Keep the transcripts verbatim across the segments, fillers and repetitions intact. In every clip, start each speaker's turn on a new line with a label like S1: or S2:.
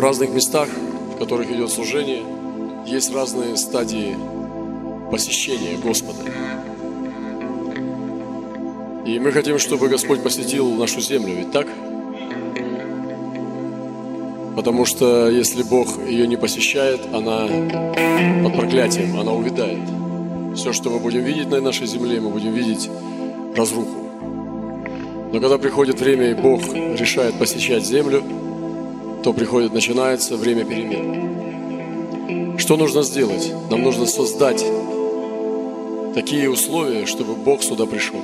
S1: разных местах, в которых идет служение, есть разные стадии посещения Господа. И мы хотим, чтобы Господь посетил нашу землю, ведь так? Потому что если Бог ее не посещает, она под проклятием, она увядает. Все, что мы будем видеть на нашей земле, мы будем видеть разруху. Но когда приходит время, и Бог решает посещать землю, то приходит, начинается время перемен. Что нужно сделать? Нам нужно создать такие условия, чтобы Бог сюда пришел.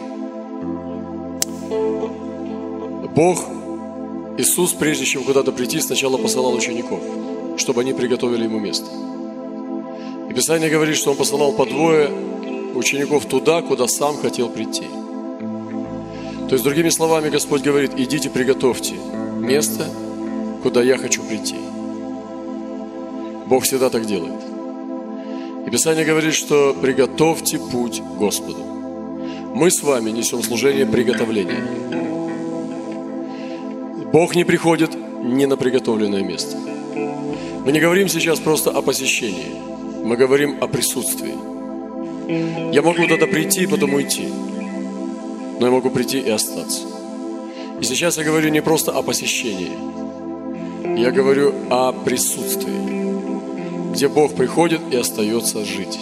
S1: Бог, Иисус, прежде чем куда-то прийти, сначала посылал учеников, чтобы они приготовили Ему место. И Писание говорит, что Он посылал по двое учеников туда, куда Сам хотел прийти. То есть, другими словами, Господь говорит: идите, приготовьте место, куда я хочу прийти. Бог всегда так делает. И Писание говорит, что приготовьте путь Господу. Мы с вами несем служение приготовления. Бог не приходит не на приготовленное место. Мы не говорим сейчас просто о посещении. Мы говорим о присутствии. Я могу туда прийти и потом уйти. Но я могу прийти и остаться. И сейчас я говорю не просто о посещении. Я говорю о присутствии, где Бог приходит и остается жить.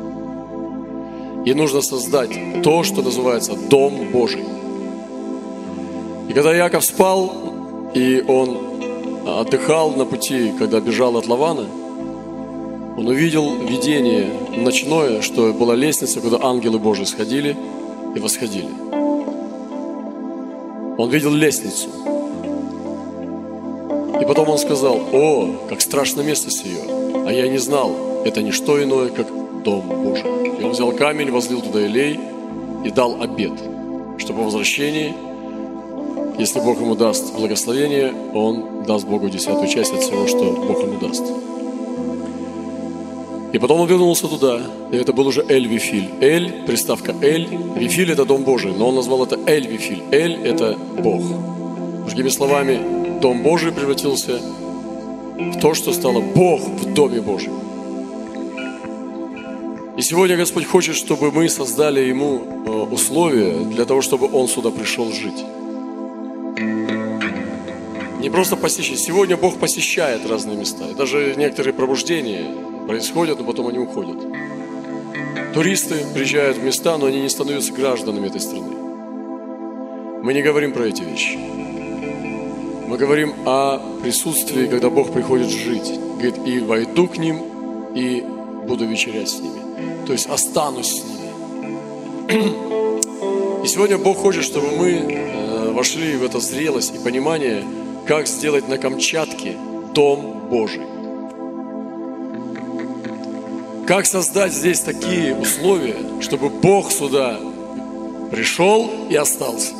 S1: И нужно создать то, что называется Дом Божий. И когда Иаков спал, и он отдыхал на пути, когда бежал от Лавана, он увидел видение ночное, что была лестница, куда ангелы Божии сходили и восходили. Он видел лестницу. И потом он сказал: «О, как страшно место сие! А я не знал, это не что иное, как Дом Божий». И он взял камень, возлил туда елей и дал обет, что по возвращении, если Бог ему даст благословение, он даст Богу десятую часть от всего, что Бог ему даст. И потом он вернулся туда, и это был уже Эль-Вифиль. Эль, приставка Эль, Вифиль – это Дом Божий, но он назвал это Эль-Вифиль. Эль – это Бог. Другими словами, Дом Божий превратился в то, что стало Бог в Доме Божьем. И сегодня Господь хочет, чтобы мы создали Ему условия для того, чтобы Он сюда пришел жить. Не просто посещать. Сегодня Бог посещает разные места. И даже некоторые пробуждения происходят, но потом они уходят. Туристы приезжают в места, но они не становятся гражданами этой страны. Мы не говорим про эти вещи. Мы говорим о присутствии, когда Бог приходит жить. Говорит: и войду к ним, и буду вечерять с ними. То есть останусь с ними. И сегодня Бог хочет, чтобы мы вошли в эту зрелость и понимание, как сделать на Камчатке Дом Божий. Как создать здесь такие условия, чтобы Бог сюда пришел и остался.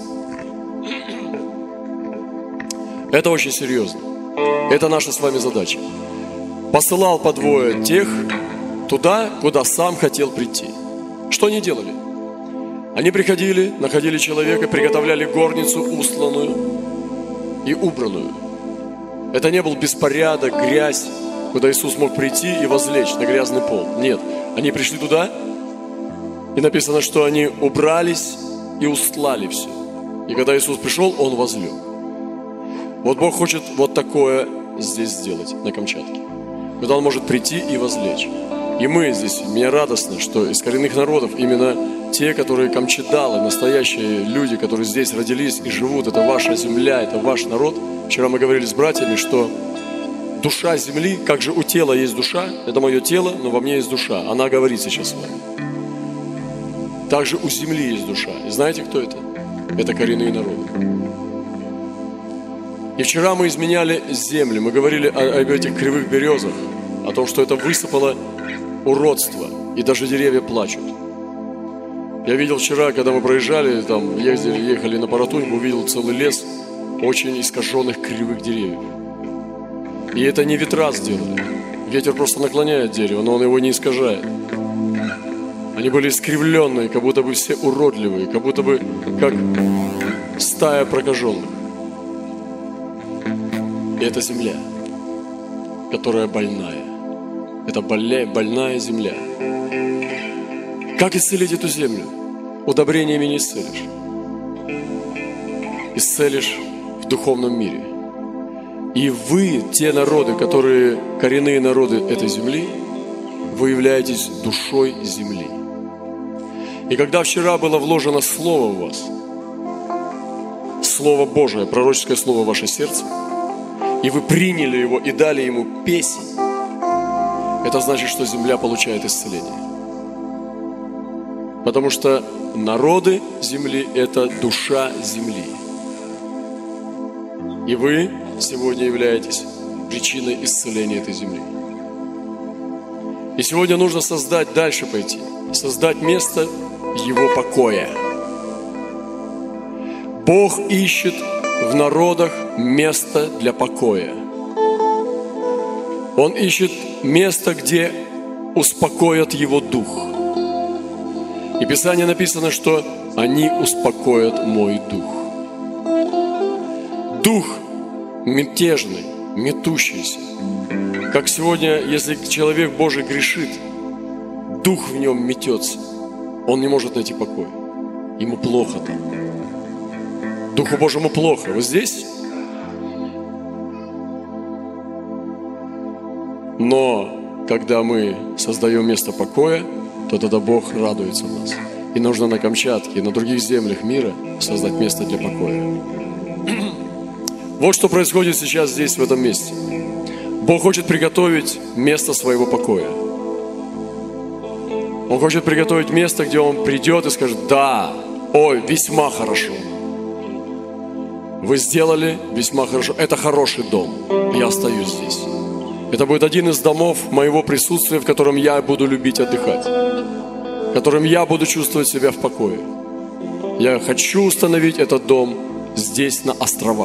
S1: Это очень серьезно. Это наша с вами задача. Посылал по двое тех туда, куда Сам хотел прийти. Что они делали? Они приходили, находили человека, приготовляли горницу устланную и убранную. Это не был беспорядок, грязь, куда Иисус мог прийти и возлечь на грязный пол. Нет, они пришли туда, и написано, что они убрались и устлали все. И когда Иисус пришел, Он возлег. Вот Бог хочет вот такое здесь сделать, на Камчатке. Когда Он может прийти и возлечь. И мы здесь, мне радостно, что из коренных народов именно те, которые камчедалы, настоящие люди, которые здесь родились и живут, это ваша земля, это ваш народ. Вчера мы говорили с братьями, что душа земли, как же у тела есть душа, это мое тело, но во мне есть душа. Она говорит сейчас с вами. Также у земли есть душа. И знаете, кто это? Это коренные народы. И вчера мы изменяли земли, мы говорили о, об этих кривых березах, о том, что это высыпало уродство, и даже деревья плачут. Я видел вчера, когда мы проезжали, там ездили, ехали на Паратуньку, увидел целый лес очень искаженных кривых деревьев. И это не ветра сделали. Ветер просто наклоняет дерево, но он его не искажает. Они были искривленные, как будто бы все уродливые, как будто бы как стая прокаженных. И это земля. которая больная. Это больная, больная земля. Как исцелить эту землю? Удобрениями не исцелишь. Исцелишь в духовном мире. И вы, те народы, которые коренные народы этой земли, вы являетесь душой земли. И когда вчера было вложено Слово в вас, Слово Божие, пророческое Слово в ваше сердце, и вы приняли его и дали ему песнь, это значит, что земля получает исцеление. Потому что народы земли – это душа земли. И вы сегодня являетесь причиной исцеления этой земли. И сегодня нужно создать, дальше пойти, создать место Его покоя. Бог ищет в народах место для покоя. Он ищет место, где успокоят Его дух. И в Писании написано, что они успокоят мой дух. Дух мятежный, метущийся. Как сегодня, если человек Божий грешит, дух в нем метется. Он не может найти покой. Ему плохо там. Духу Божьему плохо. Вы здесь? Но когда мы создаем место покоя, то тогда Бог радуется в нас. И нужно на Камчатке и на других землях мира создать место для покоя. Вот что происходит сейчас здесь, в этом месте. Бог хочет приготовить место своего покоя. Он хочет приготовить место, где Он придет и скажет: да, ой, весьма хорошо. Вы сделали весьма хорошо. Это хороший дом. Я остаюсь здесь. Это будет один из домов моего присутствия, в котором я буду любить отдыхать. В котором я буду чувствовать себя в покое. Я хочу установить этот дом здесь, на островах.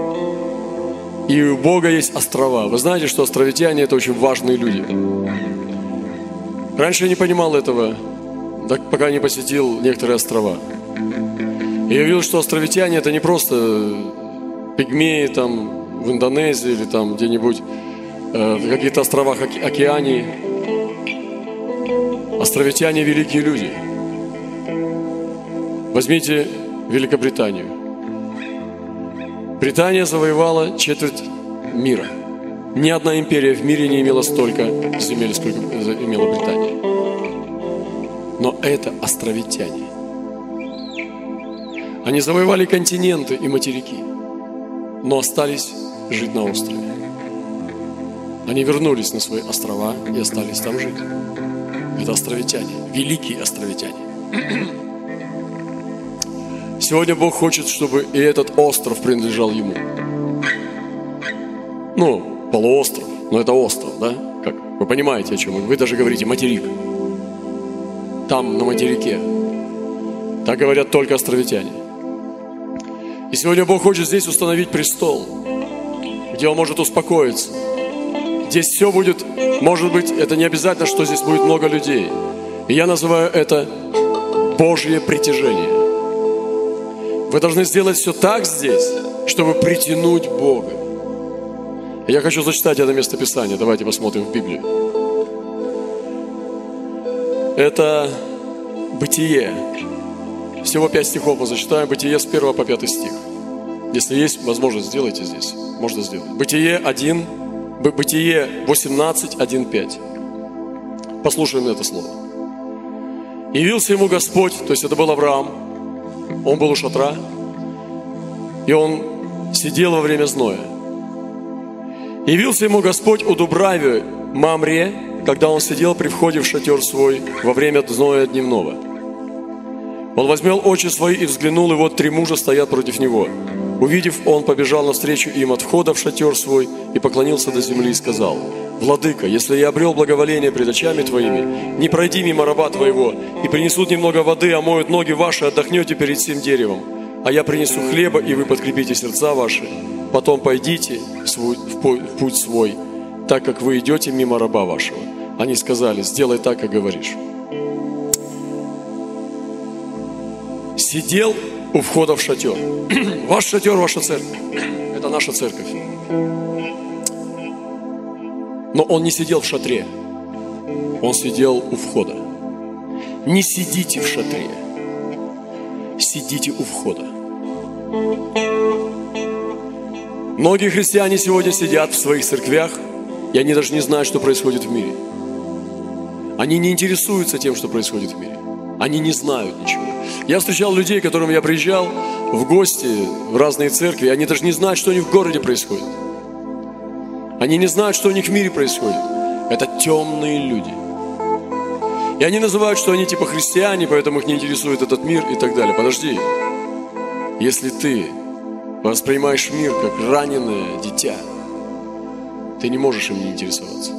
S1: И у Бога есть острова. Вы знаете, что островитяне – это очень важные люди. Раньше я не понимал этого, пока не посетил некоторые острова. И я видел, что островитяне – это не просто пигмеи там в Индонезии или там где-нибудь э, в каких-то островах оке- Океании. Островитяне – великие люди. Возьмите Великобританию. Британия завоевала четверть мира. Ни одна империя в мире не имела столько земель, сколько имела Британия. Но это островитяне. Они завоевали континенты и материки, но остались жить на острове. Они вернулись на свои острова и остались там жить. Это островитяне, великие островитяне. Сегодня Бог хочет, чтобы и этот остров принадлежал Ему. Ну, полуостров, но это остров, да? Как? Вы понимаете, о чем я? Вы даже говорите материк. Там, на материке. Так говорят только островитяне. И сегодня Бог хочет здесь установить престол, где Он может успокоиться. Здесь все будет, может быть, это не обязательно, что здесь будет много людей. И я называю это Божье притяжение. Вы должны сделать все так здесь, чтобы притянуть Бога. Я хочу зачитать это местописание. Давайте посмотрим в Библию. Это Бытие. Всего пять стихов мы зачитаем. Бытие с первого по пятый стих. Если есть возможность, сделайте здесь. Можно сделать. Бытие один, Бытие восемнадцать, один, пять. Послушаем это слово. Явился ему Господь, то есть это был Авраам. Он был у шатра, и он сидел во время зноя. Явился ему Господь у Дубраве Мамре, когда он сидел при входе в шатер свой во время зноя дневного. Он возмел очи свои и взглянул, и вот три мужа стоят против него. Увидев, он побежал навстречу им от входа в шатер свой и поклонился до земли и сказал: «Владыка, если я обрел благоволение пред очами твоими, не пройди мимо раба твоего, и принесут немного воды, омоют ноги ваши, отдохнете перед сим деревом. А я принесу хлеба, и вы подкрепите сердца ваши. Потом пойдите в, свой, в путь свой, так как вы идете мимо раба вашего». Они сказали: «Сделай так, как говоришь». Сидел у входа в шатер. Ваш шатер, ваша церковь. Это наша церковь. Но он не сидел в шатре. Он сидел у входа. Не сидите в шатре. Сидите у входа. Многие христиане сегодня сидят в своих церквях, и они даже не знают, что происходит в мире. Они не интересуются тем, что происходит в мире. Они не знают ничего. Я встречал людей, к которым я приезжал в гости в разные церкви, и они даже не знают, что у них в городе происходит. Они не знают, что у них в мире происходит. Это темные люди. И они называют, что они типа христиане, поэтому их не интересует этот мир и так далее. Подожди. Если ты воспринимаешь мир как раненое дитя, ты не можешь им не интересоваться.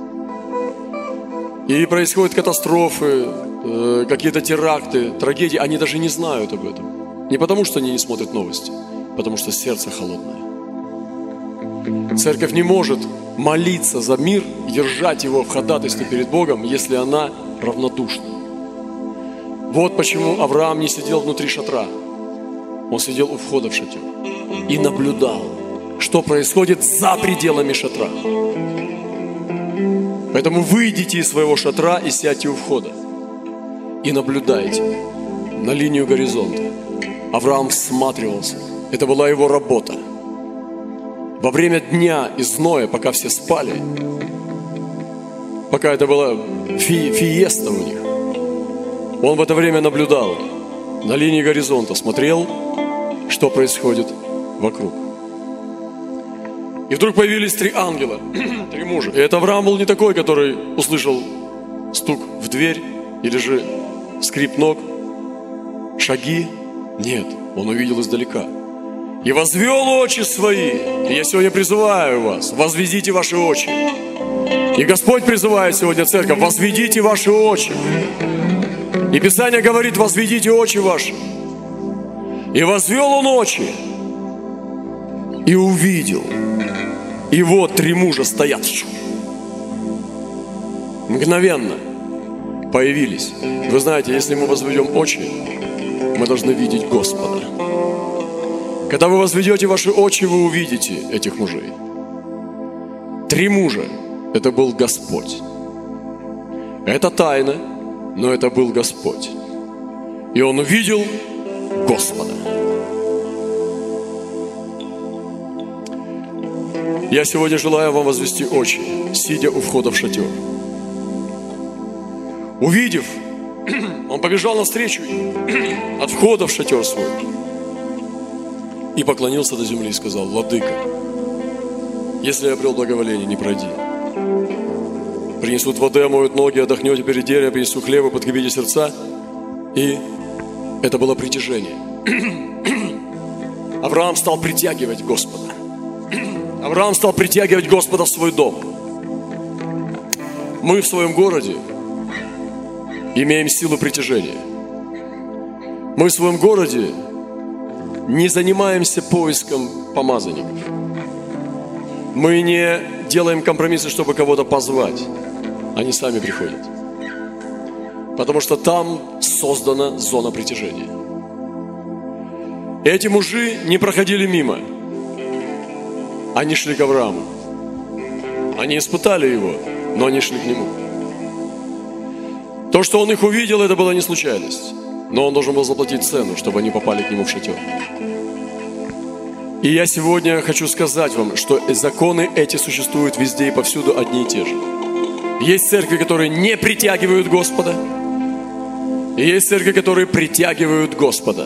S1: И происходят катастрофы, э, какие-то теракты, трагедии. Они даже не знают об этом. Не потому, что они не смотрят новости, потому что сердце холодное. Церковь не может молиться за мир, держать его в ходатайстве перед Богом, если она равнодушна. Вот почему Авраам не сидел внутри шатра. Он сидел у входа в шатер и наблюдал, что происходит за пределами шатра. Поэтому выйдите из своего шатра и сядьте у входа. И наблюдайте на линию горизонта. Авраам всматривался. Это была его работа. Во время дня и зноя, пока все спали, пока это была фи- фиеста у них, он в это время наблюдал на линии горизонта, смотрел, что происходит вокруг. И вдруг появились три ангела, три мужа. И это Авраам был не такой, который услышал стук в дверь или же скрип ног, шаги. Нет, он увидел издалека. И возвел очи свои. И я сегодня призываю вас, возведите ваши очи. И Господь призывает сегодня церковь, возведите ваши очи. И Писание говорит, возведите очи ваши. И возвел он очи. И увидел. И вот три мужа стоят. Мгновенно появились. Вы знаете, если мы возведем очи, мы должны видеть Господа. Когда вы возведете ваши очи, вы увидите этих мужей. Три мужа – это был Господь. Это тайна, но это был Господь. И он увидел Господа. Я сегодня желаю вам возвести очи, сидя у входа в шатер. Увидев, он побежал навстречу от входа в шатер свой и поклонился до земли и сказал: «Владыка, если я обрел благоволение, не пройди. Принесут воды, омоют ноги, отдохнете перед деревом, принесу хлеба, подкрепите сердца». И это было притяжение. Авраам стал притягивать Господа. Авраам стал притягивать Господа в свой дом. Мы в своем городе имеем силу притяжения. Мы в своем городе не занимаемся поиском помазанников. Мы не делаем компромиссы, чтобы кого-то позвать. Они сами приходят. Потому что там создана зона притяжения. Эти мужи не проходили мимо. Они шли к Аврааму. Они испытали его, но они шли к нему. То, что он их увидел, это была не случайность. Но он должен был заплатить цену, чтобы они попали к нему в шатер. И я сегодня хочу сказать вам, что законы эти существуют везде и повсюду одни и те же. Есть церкви, которые не притягивают Господа. И есть церкви, которые притягивают Господа.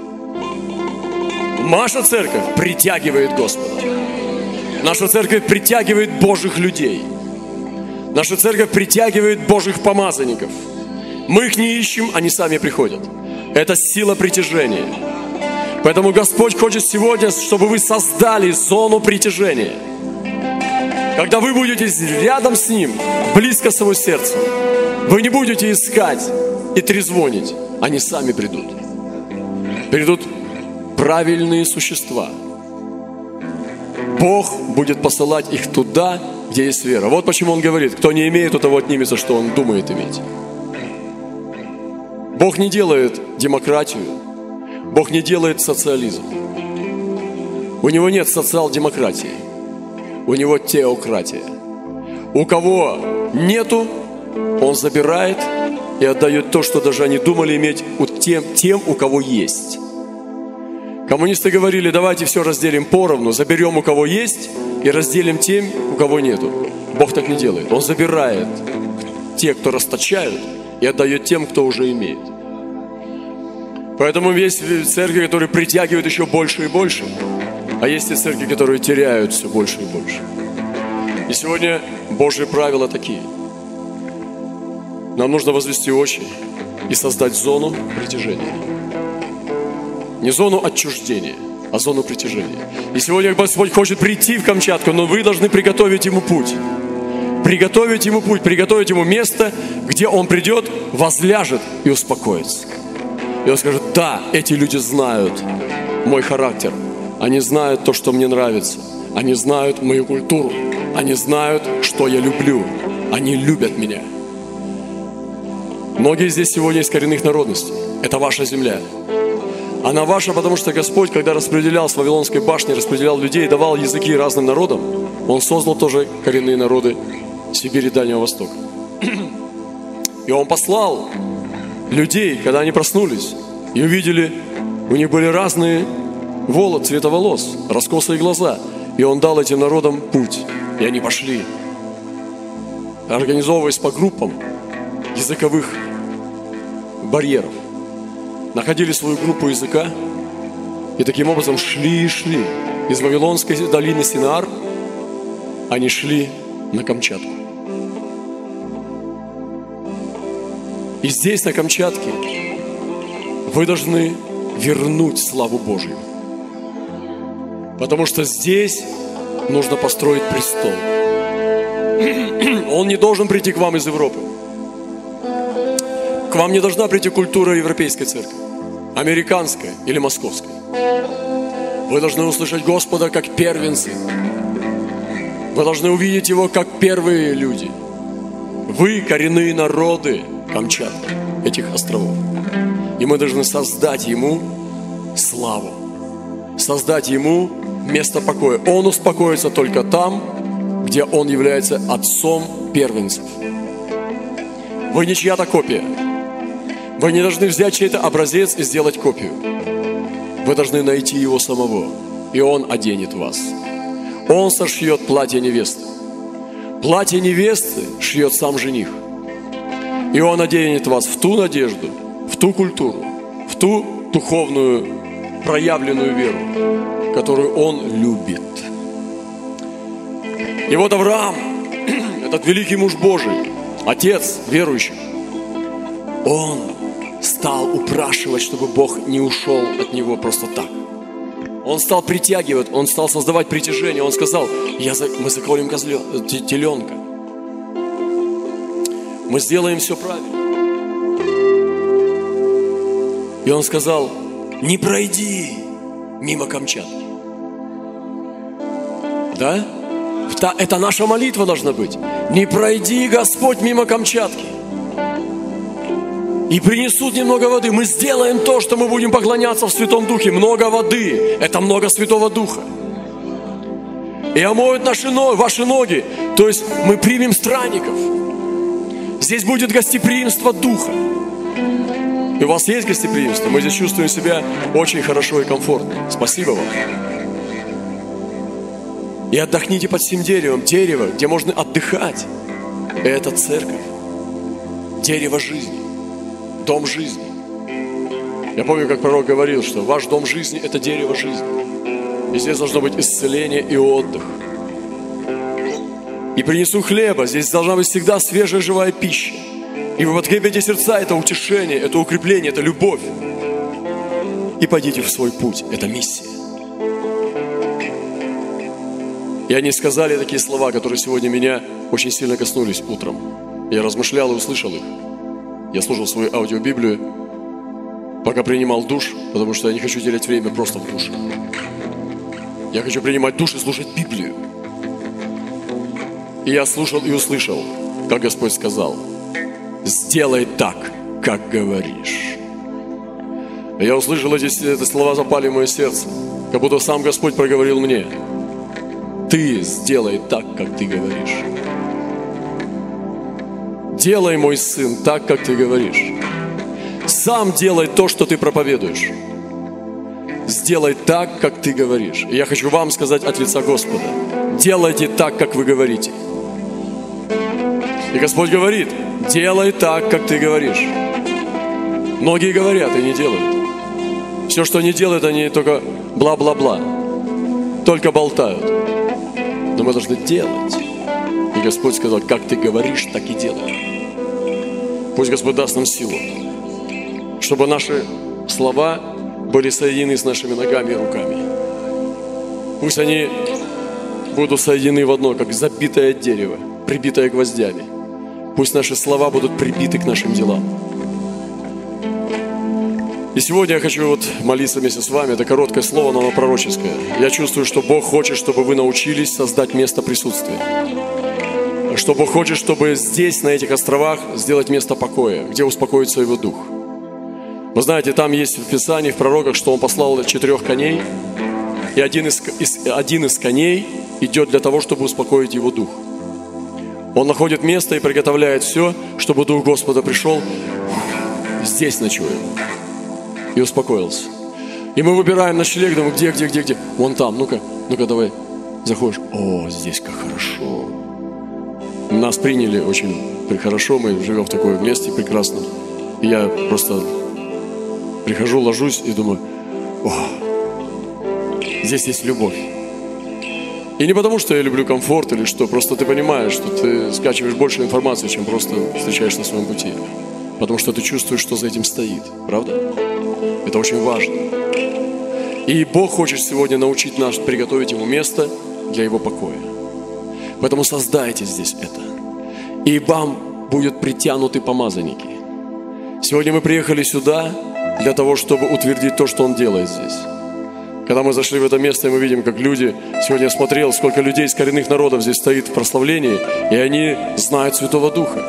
S1: Наша церковь притягивает Господа. Наша церковь притягивает Божьих людей. Наша церковь притягивает Божьих помазанников. Мы их не ищем, они сами приходят. Это сила притяжения. Поэтому Господь хочет сегодня, чтобы вы создали зону притяжения. Когда вы будете рядом с Ним, близко с Его сердцем, вы не будете искать и трезвонить. Они сами придут. Придут правильные существа. Бог будет посылать их туда, где есть вера. Вот почему Он говорит: кто не имеет, у того отнимется, что он думает иметь. Бог не делает демократию. Бог не делает социализм. У Него нет социал-демократии. У Него теократия. У кого нету, он забирает и отдает то, что даже они думали иметь у тем, тем, у кого есть. Коммунисты говорили, давайте все разделим поровну, заберем у кого есть и разделим тем, у кого нету. Бог так не делает. Он забирает те, кто расточают, и отдает тем, кто уже имеет. Поэтому есть церкви, которые притягивают еще больше и больше, а есть и церкви, которые теряют все больше и больше. И сегодня Божьи правила такие. Нам нужно возвести очи и создать зону притяжения. Не зону отчуждения, а зону притяжения. И сегодня Господь хочет прийти в Камчатку, но вы должны приготовить Ему путь. Приготовить Ему путь, приготовить Ему место, где Он придет, возляжет и успокоится. И Он скажет, да, эти люди знают мой характер. Они знают то, что мне нравится. Они знают мою культуру. Они знают, что я люблю. Они любят меня. Многие здесь сегодня из коренных народностей. Это ваша земля. Она ваша, потому что Господь, когда распределял с Вавилонской башни, распределял людей, давал языки разным народам, Он создал тоже коренные народы Сибири и Дальнего Востока. И Он послал людей, когда они проснулись и увидели, у них были разные волосы, цвета волос, раскосые глаза. И Он дал этим народам путь. И они пошли, организовываясь по группам языковых барьеров. Находили свою группу языка и таким образом шли и шли. Из Вавилонской долины Синаар они шли на Камчатку. И здесь, на Камчатке, вы должны вернуть славу Божью. Потому что здесь нужно построить престол. Он не должен прийти к вам из Европы. К вам не должна прийти культура европейской церкви, американская или московская. Вы должны услышать Господа как первенцы. Вы должны увидеть Его как первые люди. Вы коренные народы Камчатки, этих островов. И мы должны создать Ему славу. Создать Ему место покоя. Он успокоится только там, где Он является отцом первенцев. Вы не чья-то копия. Вы не должны взять чей-то образец и сделать копию. Вы должны найти Его самого, и Он оденет вас. Он сошьет платье невесты. Платье невесты шьет сам жених. И Он оденет вас в ту надежду, в ту культуру, в ту духовную проявленную веру, которую Он любит. И вот Авраам, этот великий муж Божий, отец верующих, он стал упрашивать, чтобы Бог не ушел от него просто так. Он стал притягивать, он стал создавать притяжение. Он сказал, Я за... мы заколем козлё... теленка. Мы сделаем все правильно. И он сказал, не пройди мимо Камчатки. Да? Это наша молитва должна быть. Не пройди, Господь, мимо Камчатки. И принесут немного воды. Мы сделаем то, что мы будем поклоняться в Святом Духе. Много воды. Это много Святого Духа. И омоют наши ноги, ваши ноги. То есть мы примем странников. Здесь будет гостеприимство Духа. И у вас есть гостеприимство. Мы здесь чувствуем себя очень хорошо и комфортно. Спасибо вам. И отдохните под всем деревом. Дерево, где можно отдыхать. Это церковь. Дерево жизни. Дом жизни. Я помню, как пророк говорил, что ваш дом жизни – это дерево жизни. И здесь должно быть исцеление и отдых. И принесу хлеба. Здесь должна быть всегда свежая живая пища. И вы подкрепите сердца – это утешение, это укрепление, это любовь. И пойдите в свой путь. Это миссия. И они сказали такие слова, которые сегодня меня очень сильно коснулись утром. Я размышлял и услышал их. Я слушал свою аудиобиблию, пока принимал душ, потому что я не хочу терять время просто в душе. Я хочу принимать душ и слушать Библию. И я слушал и услышал, как Господь сказал, сделай так, как говоришь. И я услышал эти, эти слова, запали в мое сердце, как будто сам Господь проговорил мне. Ты сделай так, как ты говоришь. делай, мой сын, так, как ты говоришь. Сам делай то, что ты проповедуешь. Сделай так, как ты говоришь. И я хочу вам сказать от лица Господа: делайте так, как вы говорите. И Господь говорит: делай так, как ты говоришь. Многие говорят и не делают. Все, что они делают, они только бла-бла-бла, только болтают. Но мы должны делать. И Господь сказал: как ты говоришь, так и делай. Пусть Господь даст нам силу, чтобы наши слова были соединены с нашими ногами и руками. Пусть они будут соединены в одно, как забитое дерево, прибитое гвоздями. Пусть наши слова будут прибиты к нашим делам. И сегодня я хочу вот молиться вместе с вами. Это короткое слово, но оно пророческое. Я чувствую, что Бог хочет, чтобы вы научились создать место присутствия. Что Бог хочет, чтобы здесь, на этих островах, сделать место покоя, где успокоится Его Дух. Вы знаете, там есть в Писании, в пророках, что Он послал четырех коней, и один из, из, один из коней идет для того, чтобы успокоить Его Дух. Он находит место и приготовляет все, чтобы Дух Господа пришел, здесь ночуем, и успокоился. И мы выбираем ночлег, думаем, где, где, где, где? Вон там, ну-ка, ну-ка, давай. Заходишь, о, здесь как хорошо. Нас приняли очень хорошо, мы живем в таком месте прекрасном. И я просто прихожу, ложусь и думаю, о, здесь есть любовь. И не потому, что я люблю комфорт или что, просто ты понимаешь, что ты скачиваешь больше информации, чем просто встречаешь на своем пути. Потому что ты чувствуешь, что за этим стоит, правда? Это очень важно. И Бог хочет сегодня научить нас приготовить Ему место для Его покоя. Поэтому создайте здесь это. И вам будут притянуты помазанники. Сегодня мы приехали сюда для того, чтобы утвердить то, что Он делает здесь. Когда мы зашли в это место, и мы видим, как люди... Сегодня я смотрел, сколько людей из коренных народов здесь стоит в прославлении, и они знают Святого Духа.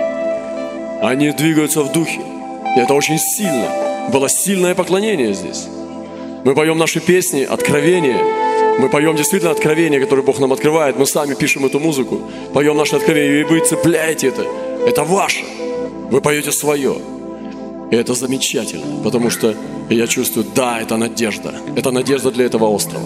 S1: Они двигаются в Духе. И это очень сильно. Было сильное поклонение здесь. Мы поем наши песни, откровения. Мы поем действительно откровения, которые Бог нам открывает. Мы сами пишем эту музыку. Поем наши откровения, и вы цепляете это. Это ваше. Вы поете свое. И это замечательно, потому что я чувствую, да, это надежда. Это надежда для этого острова.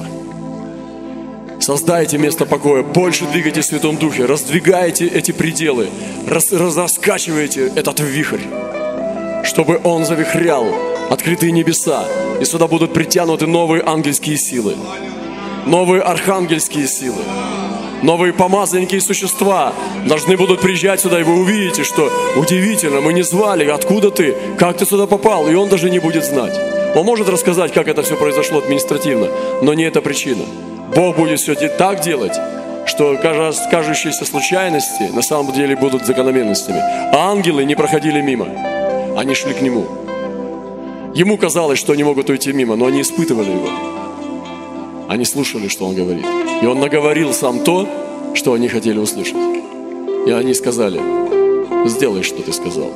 S1: Создайте место покоя, больше двигайте в Святом Духе, раздвигайте эти пределы, рас, раскачивайте этот вихрь, чтобы он завихрял открытые небеса, и сюда будут притянуты новые ангельские силы, новые архангельские силы, новые помазанники и существа должны будут приезжать сюда, и вы увидите, что удивительно, мы не звали, откуда ты, как ты сюда попал, и он даже не будет знать. Он может рассказать, как это все произошло административно, но не это причина. Бог будет все так делать, что кажущиеся случайности на самом деле будут закономерностями. А ангелы не проходили мимо, они шли к Нему. Ему казалось, что они могут уйти мимо, но они испытывали Его. Они слушали, что Он говорит. И Он наговорил сам то, что они хотели услышать. И они сказали, сделай, что ты сказал.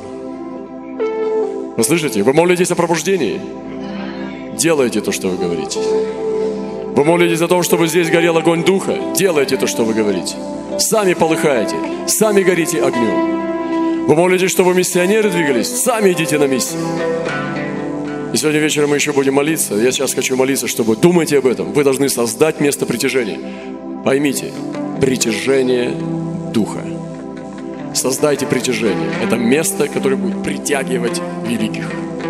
S1: Вы слышите? Вы молитесь о пробуждении? Делайте то, что вы говорите. Вы молитесь о том, чтобы здесь горел огонь Духа? Делайте то, что вы говорите. Сами полыхаете, сами горите огнем. Вы молитесь, чтобы миссионеры двигались? Сами идите на миссию. И сегодня вечером мы еще будем молиться. Я сейчас хочу молиться, чтобы думайте об этом. Вы должны создать место притяжения. Поймите, притяжение Духа. Создайте притяжение. Это место, которое будет притягивать великих.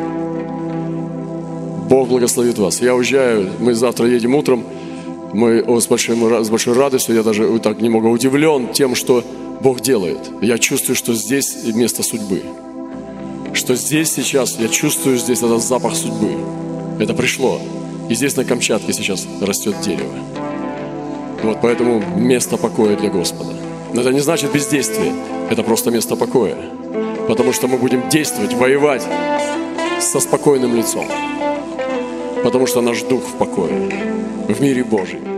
S1: Бог благословит вас. Я уезжаю, мы завтра едем утром. Мы о, с, большой, с большой радостью, я даже так немного удивлен тем, что Бог делает. Я чувствую, что здесь место судьбы. Что здесь сейчас, я чувствую здесь этот запах судьбы. Это пришло. И здесь на Камчатке сейчас растет дерево. Вот поэтому место покоя для Господа. Но это не значит бездействие. Это просто место покоя. Потому что мы будем действовать, воевать со спокойным лицом. Потому что наш дух в покое, в мире Божьем.